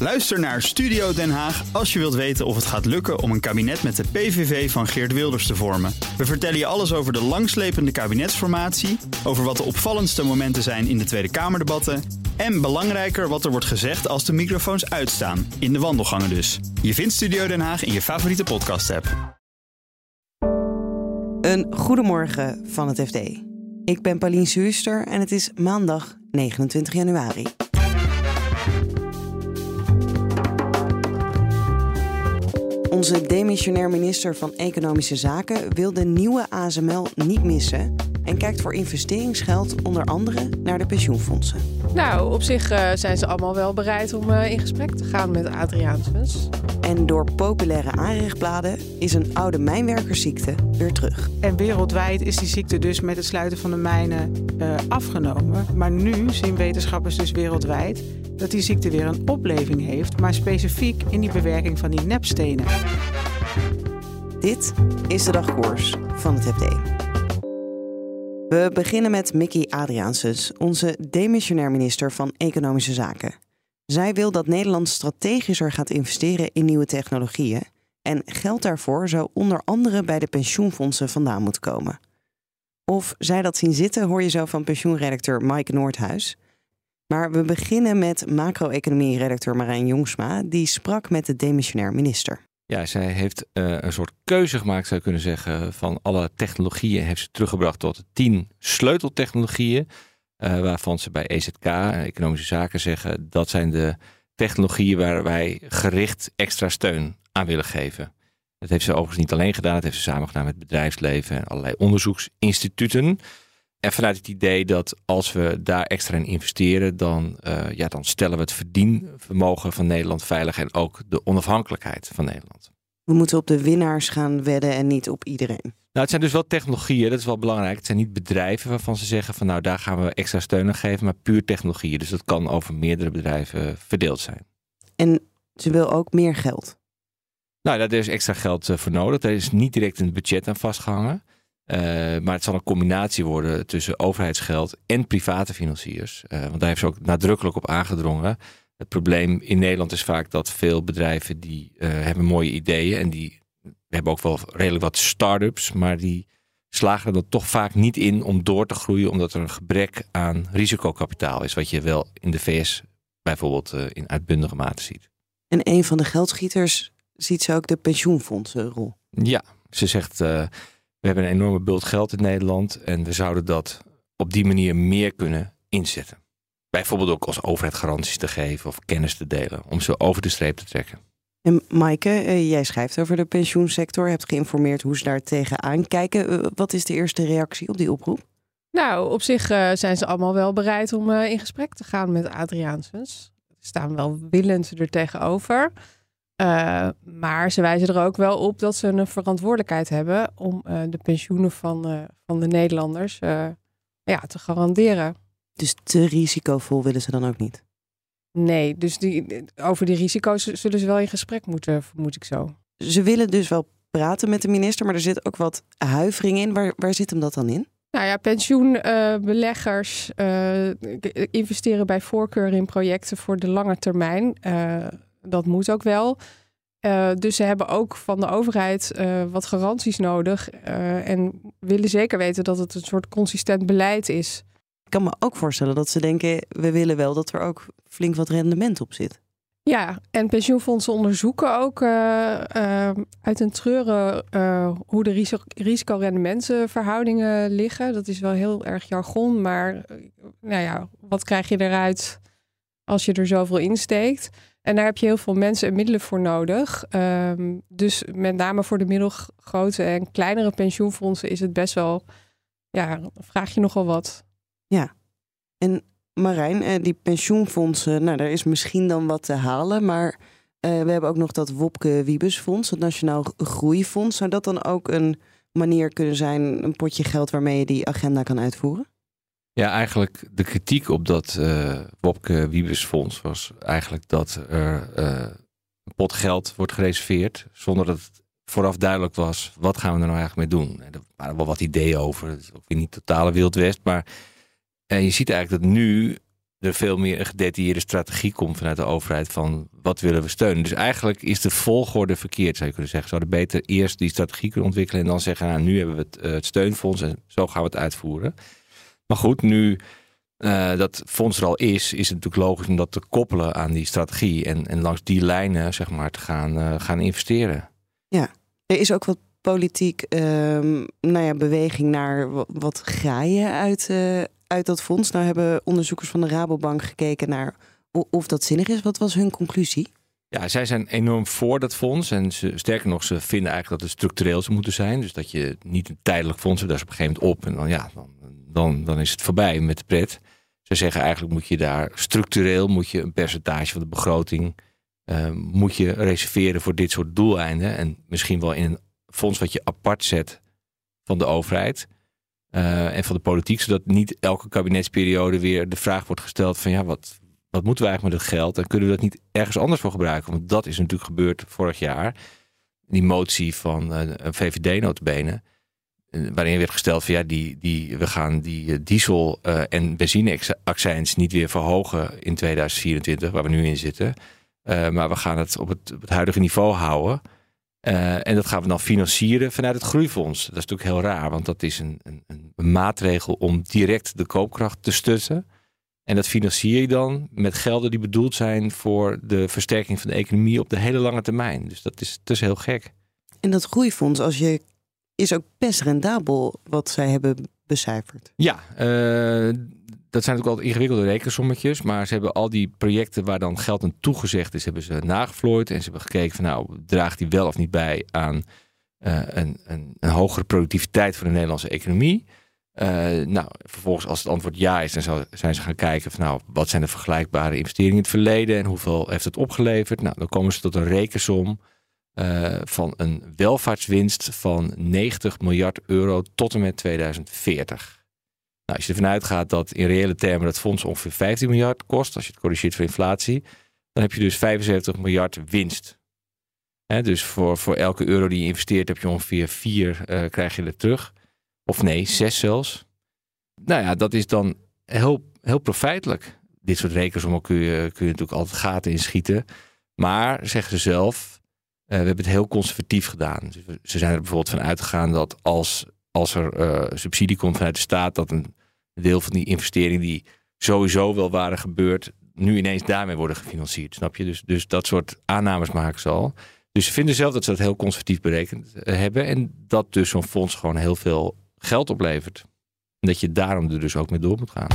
Luister naar Studio Den Haag als je wilt weten of het gaat lukken om een kabinet met de PVV van Geert Wilders te vormen. We vertellen je alles over de langslepende kabinetsformatie, over wat de opvallendste momenten zijn in de Tweede Kamerdebatten en belangrijker wat er wordt gezegd als de microfoons uitstaan, in de wandelgangen dus. Je vindt Studio Den Haag in je favoriete podcast-app. Een goedemorgen van het FD. Ik ben Paulien Suuster en het is maandag 29 januari. Onze demissionair minister van Economische Zaken wil de nieuwe ASML niet missen en kijkt voor investeringsgeld onder andere naar de pensioenfondsen. Nou, op zich zijn ze allemaal wel bereid om in gesprek te gaan met Adriaansens. En door populaire aanrechtbladen is een oude mijnwerkersziekte weer terug. En wereldwijd is die ziekte dus met het sluiten van de mijnen afgenomen. Maar nu zien wetenschappers dus wereldwijd dat die ziekte weer een opleving heeft, maar specifiek in die bewerking van die nepstenen. Dit is de dagkoers van het FD. We beginnen met Mickey Adriaansens, onze demissionair minister van Economische Zaken. Zij wil dat Nederland strategischer gaat investeren in nieuwe technologieën. En geld daarvoor zou onder andere bij de pensioenfondsen vandaan moeten komen. Of zij dat zien zitten, hoor je zo van pensioenredacteur Maaike Noordhuis. Maar we beginnen met macro-economie-redacteur Marijn Jongsma. Die sprak met de demissionair minister. Ja, zij heeft een soort keuze gemaakt, zou je kunnen zeggen. Van alle technologieën heeft ze teruggebracht tot 10 sleuteltechnologieën. Waarvan ze bij EZK, Economische Zaken, zeggen dat zijn de technologieën waar wij gericht extra steun aan willen geven. Dat heeft ze overigens niet alleen gedaan. Dat heeft ze samen gedaan met het bedrijfsleven en allerlei onderzoeksinstituten. En vanuit het idee dat als we daar extra in investeren, dan stellen we het verdienvermogen van Nederland veilig en ook de onafhankelijkheid van Nederland. We moeten op de winnaars gaan wedden en niet op iedereen. Nou, het zijn dus wel technologieën, dat is wel belangrijk. Het zijn niet bedrijven waarvan ze zeggen van nou, daar gaan we extra steun aan geven, maar puur technologieën. Dus dat kan over meerdere bedrijven verdeeld zijn. En ze wil ook meer geld. Nou, daar is extra geld voor nodig. Daar is niet direct een budget aan vastgehangen. Maar het zal een combinatie worden tussen overheidsgeld en private financiers. Want daar heeft ze ook nadrukkelijk op aangedrongen. Het probleem in Nederland is vaak dat veel bedrijven die hebben mooie ideeën. En die hebben ook wel redelijk wat start-ups. Maar die slagen er dan toch vaak niet in om door te groeien. Omdat er een gebrek aan risicokapitaal is. Wat je wel in de VS bijvoorbeeld in uitbundige mate ziet. En een van de geldschieters ziet ze ook de pensioenfondsenrol. Ja, ze zegt we hebben een enorme bult geld in Nederland. En we zouden dat op die manier meer kunnen inzetten. Bijvoorbeeld ook als overheid garanties te geven of kennis te delen. Om ze over de streep te trekken. En Maaike, jij schrijft over de pensioensector. Hebt geïnformeerd hoe ze daar tegenaan kijken. Wat is de eerste reactie op die oproep? Nou, op zich zijn ze allemaal wel bereid om in gesprek te gaan met Adriaansens. Ze staan wel willend er tegenover. Maar ze wijzen er ook wel op dat ze een verantwoordelijkheid hebben om de pensioenen van de Nederlanders te garanderen. Dus te risicovol willen ze dan ook niet? Nee, dus over die risico's zullen ze wel in gesprek moeten, vermoed ik zo. Ze willen dus wel praten met de minister, maar er zit ook wat huivering in. Waar zit hem dat dan in? Nou ja, pensioenbeleggers investeren bij voorkeur in projecten voor de lange termijn. Dat moet ook wel. Dus ze hebben ook van de overheid wat garanties nodig. En willen zeker weten dat het een soort consistent beleid is. Ik kan me ook voorstellen dat ze denken, we willen wel dat er ook flink wat rendement op zit. Ja, en pensioenfondsen onderzoeken ook uit een treuren hoe de risico-rendementsverhoudingen liggen. Dat is wel heel erg jargon, maar wat krijg je eruit als je er zoveel insteekt? En daar heb je heel veel mensen en middelen voor nodig. Dus met name voor de middelgrote en kleinere pensioenfondsen is het best wel, vraag je nogal wat. Ja, en Marijn, die pensioenfondsen, daar is misschien dan wat te halen. Maar we hebben ook nog dat Wopke Wiebesfonds, het Nationaal Groeifonds. Zou dat dan ook een manier kunnen zijn, een potje geld waarmee je die agenda kan uitvoeren? Ja, eigenlijk de kritiek op dat Wopke Wiebesfonds was eigenlijk dat er een pot geld wordt gereserveerd zonder dat het vooraf duidelijk was, wat gaan we er nou eigenlijk mee doen? Er waren wel wat ideeën over, het is ook weer niet totale Wild West, maar je ziet eigenlijk dat nu er veel meer een gedetailleerde strategie komt vanuit de overheid van wat willen we steunen. Dus eigenlijk is de volgorde verkeerd, zou je kunnen zeggen. Zouden beter eerst die strategie kunnen ontwikkelen en dan zeggen, nou, nu hebben we het steunfonds en zo gaan we het uitvoeren. Maar goed, nu dat fonds er al is het natuurlijk logisch om dat te koppelen aan die strategie en langs die lijnen zeg maar te gaan investeren. Ja, er is ook wat politiek beweging naar wat graaien uit dat fonds. Nou hebben onderzoekers van de Rabobank gekeken naar of dat zinnig is. Wat was hun conclusie? Ja, zij zijn enorm voor dat fonds. En sterker nog, ze vinden eigenlijk dat het structureel zou moeten zijn. Dus dat je niet een tijdelijk fonds hebt, daar is op een gegeven moment op. En dan is het voorbij met de pret. Ze zeggen eigenlijk moet je daar structureel een percentage van de begroting moet je reserveren voor dit soort doeleinden. En misschien wel in een fonds wat je apart zet van de overheid en van de politiek. Zodat niet elke kabinetsperiode weer de vraag wordt gesteld van ja, wat moeten we eigenlijk met het geld? En kunnen we dat niet ergens anders voor gebruiken? Want dat is natuurlijk gebeurd vorig jaar. Die motie van een VVD nota bene. Waarin werd gesteld van ja, we gaan die diesel- en benzineaccijns niet weer verhogen in 2024, waar we nu in zitten. Maar we gaan het op het huidige niveau houden. En dat gaan we dan financieren vanuit het groeifonds. Dat is natuurlijk heel raar, want dat is een maatregel om direct de koopkracht te stutten. En dat financier je dan met gelden die bedoeld zijn voor de versterking van de economie op de hele lange termijn. Dus dat is heel gek. En dat groeifonds, is ook best rendabel wat zij hebben becijferd. Ja, dat zijn natuurlijk altijd ingewikkelde rekensommetjes. Maar ze hebben al die projecten waar dan geld aan toegezegd is, hebben ze nagevlooid. En ze hebben gekeken van nou, draagt die wel of niet bij aan een hogere productiviteit van de Nederlandse economie. Vervolgens als het antwoord ja is, dan zijn ze gaan kijken van nou, wat zijn de vergelijkbare investeringen in het verleden en hoeveel heeft het opgeleverd. Nou, dan komen ze tot een rekensom van een welvaartswinst van 90 miljard euro tot en met 2040. Nou, als je ervan uitgaat dat in reële termen dat fonds ongeveer 15 miljard kost, als je het corrigeert voor inflatie, dan heb je dus 75 miljard winst. Dus voor elke euro die je investeert heb je ongeveer 4 krijg je er terug. Of nee, 6 zelfs. Nou ja, dat is dan heel profijtelijk. Dit soort rekensommen kun je natuurlijk altijd gaten inschieten. Maar, zeggen ze zelf, we hebben het heel conservatief gedaan. Dus ze zijn er bijvoorbeeld van uitgegaan dat als er subsidie komt vanuit de staat, dat een deel van die investeringen die sowieso wel waren gebeurd, nu ineens daarmee worden gefinancierd. Snap je? Dus dat soort aannames maken ze al. Dus ze vinden zelf dat ze dat heel conservatief berekend hebben. En dat dus zo'n fonds gewoon heel veel geld oplevert. En dat je daarom er dus ook mee door moet gaan.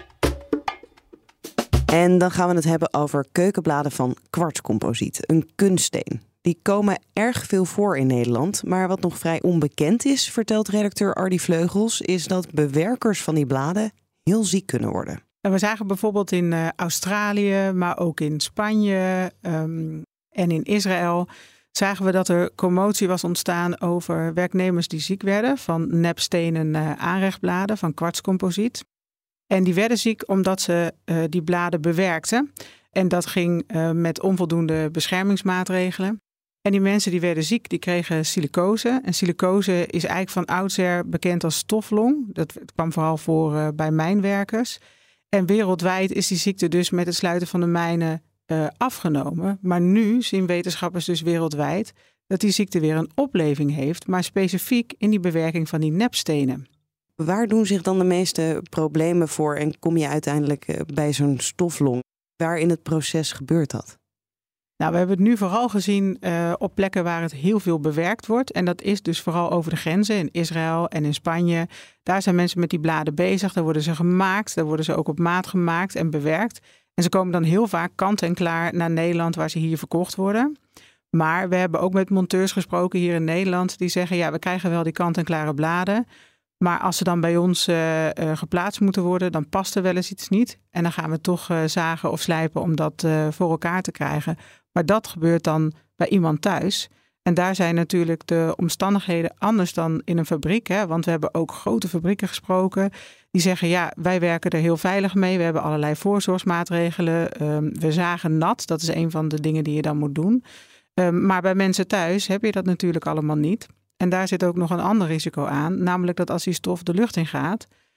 En dan gaan we het hebben over keukenbladen van kwartscomposiet. Een kunststeen. Die komen erg veel voor in Nederland. Maar wat nog vrij onbekend is, vertelt redacteur Ardy Vleugels, is dat bewerkers van die bladen heel ziek kunnen worden. En we zagen bijvoorbeeld in Australië, maar ook in Spanje en in Israël, zagen we dat er commotie was ontstaan over werknemers die ziek werden van nepstenen aanrechtbladen van kwartscomposiet. En die werden ziek omdat ze die bladen bewerkten. En dat ging met onvoldoende beschermingsmaatregelen. En die mensen die werden ziek, die kregen silicose. En silicose is eigenlijk van oudsher bekend als stoflong. Dat kwam vooral voor bij mijnwerkers. En wereldwijd is die ziekte dus met het sluiten van de mijnen afgenomen. Maar nu zien wetenschappers dus wereldwijd dat die ziekte weer een opleving heeft, maar specifiek in die bewerking van die nepstenen. Waar doen zich dan de meeste problemen voor en kom je uiteindelijk bij zo'n stoflong? Waar in het proces gebeurt dat? Nou, we hebben het nu vooral gezien op plekken waar het heel veel bewerkt wordt. En dat is dus vooral over de grenzen in Israël en in Spanje. Daar zijn mensen met die bladen bezig. Daar worden ze gemaakt. Daar worden ze ook op maat gemaakt en bewerkt. En ze komen dan heel vaak kant en klaar naar Nederland waar ze hier verkocht worden. Maar we hebben ook met monteurs gesproken hier in Nederland. Die zeggen ja, we krijgen wel die kant en klare bladen. Maar als ze dan bij ons geplaatst moeten worden, dan past er wel eens iets niet. En dan gaan we toch zagen of slijpen om dat voor elkaar te krijgen. Maar dat gebeurt dan bij iemand thuis. En daar zijn natuurlijk de omstandigheden anders dan in een fabriek. Hè? Want we hebben ook grote fabrieken gesproken. Die zeggen ja, wij werken er heel veilig mee. We hebben allerlei voorzorgsmaatregelen. We zagen nat. Dat is een van de dingen die je dan moet doen. Maar bij mensen thuis heb je dat natuurlijk allemaal niet. En daar zit ook nog een ander risico aan. Namelijk dat als die stof de lucht in gaat,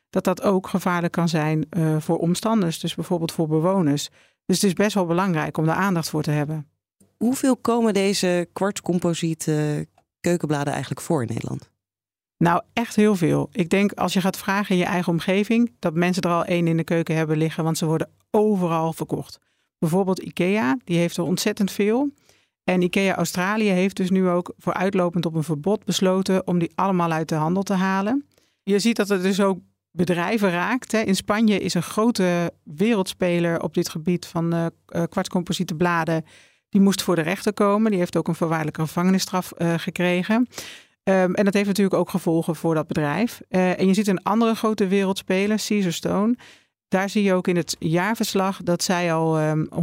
dat ook gevaarlijk kan zijn voor omstanders. Dus bijvoorbeeld voor bewoners. Dus het is best wel belangrijk om daar aandacht voor te hebben. Hoeveel komen deze kwartscomposiet keukenbladen eigenlijk voor in Nederland? Nou, echt heel veel. Ik denk als je gaat vragen in je eigen omgeving, dat mensen er al 1 in de keuken hebben liggen, want ze worden overal verkocht. Bijvoorbeeld IKEA, die heeft er ontzettend veel. En IKEA Australië heeft dus nu ook vooruitlopend op een verbod besloten om die allemaal uit de handel te halen. Je ziet dat het dus ook bedrijven raakt. Hè. In Spanje is een grote wereldspeler op dit gebied van kwartscomposiete bladen. Die moest voor de rechter komen. Die heeft ook een voorwaardelijke gevangenisstraf gekregen. En dat heeft natuurlijk ook gevolgen voor dat bedrijf. En je ziet een andere grote wereldspeler, Caesarstone. Daar zie je ook in het jaarverslag dat zij al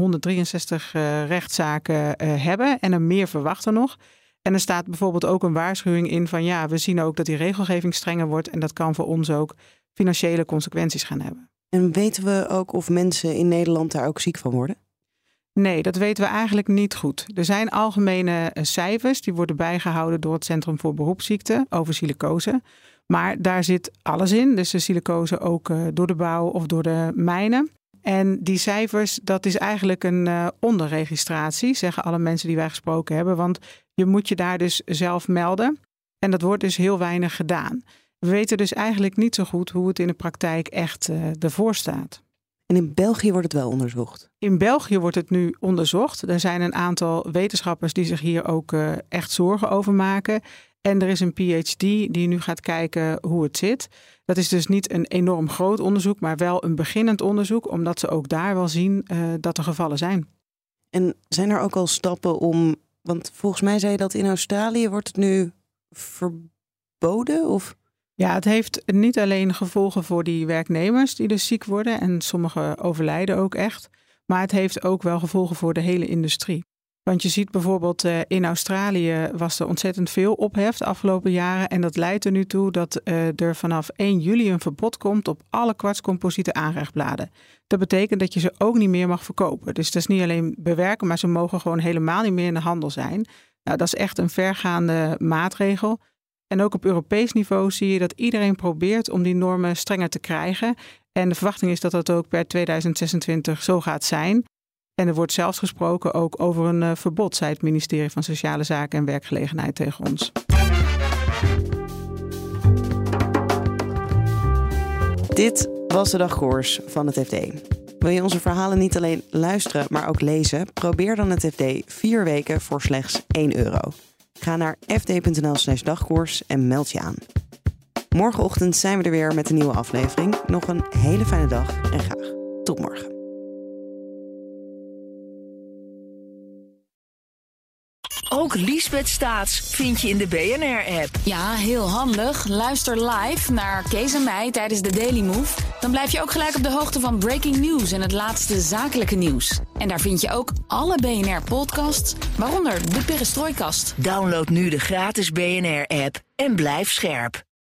163 rechtszaken hebben en er meer verwachten nog. En er staat bijvoorbeeld ook een waarschuwing in van we zien ook dat die regelgeving strenger wordt en dat kan voor ons ook financiële consequenties gaan hebben. En weten we ook of mensen in Nederland daar ook ziek van worden? Nee, dat weten we eigenlijk niet goed. Er zijn algemene cijfers, die worden bijgehouden door het Centrum voor Beroepsziekten over silicose. Maar daar zit alles in, dus de silicose ook door de bouw of door de mijnen. En die cijfers, dat is eigenlijk een onderregistratie, zeggen alle mensen die wij gesproken hebben. Want je moet je daar dus zelf melden. En dat wordt dus heel weinig gedaan. We weten dus eigenlijk niet zo goed hoe het in de praktijk echt ervoor staat. En in België wordt het wel onderzocht? In België wordt het nu onderzocht. Er zijn een aantal wetenschappers die zich hier ook echt zorgen over maken. En er is een PhD die nu gaat kijken hoe het zit. Dat is dus niet een enorm groot onderzoek, maar wel een beginnend onderzoek. Omdat ze ook daar wel zien dat er gevallen zijn. En zijn er ook al stappen om... Want volgens mij zei je dat in Australië wordt het nu verboden? Of... Ja, het heeft niet alleen gevolgen voor die werknemers die dus ziek worden. En sommigen overlijden ook echt. Maar het heeft ook wel gevolgen voor de hele industrie. Want je ziet bijvoorbeeld in Australië was er ontzettend veel ophef de afgelopen jaren. En dat leidt er nu toe dat er vanaf 1 juli een verbod komt op alle kwartscomposiete aanrechtbladen. Dat betekent dat je ze ook niet meer mag verkopen. Dus dat is niet alleen bewerken, maar ze mogen gewoon helemaal niet meer in de handel zijn. Nou, dat is echt een vergaande maatregel. En ook op Europees niveau zie je dat iedereen probeert om die normen strenger te krijgen. En de verwachting is dat dat ook per 2026 zo gaat zijn. En er wordt zelfs gesproken ook over een verbod, zei het ministerie van Sociale Zaken en Werkgelegenheid tegen ons. Dit was de dagkoers van het FD. Wil je onze verhalen niet alleen luisteren, maar ook lezen? Probeer dan het FD 4 weken voor slechts €1. Ga naar fd.nl/dagkoers en meld je aan. Morgenochtend zijn we er weer met een nieuwe aflevering. Nog een hele fijne dag en graag tot morgen. Ook Liesbeth Staats vind je in de BNR-app. Ja, heel handig. Luister live naar Kees en mij tijdens de Daily Move. Dan blijf je ook gelijk op de hoogte van breaking news en het laatste zakelijke nieuws. En daar vind je ook alle BNR-podcasts, waaronder de Perestrooikast. Download nu de gratis BNR-app en blijf scherp.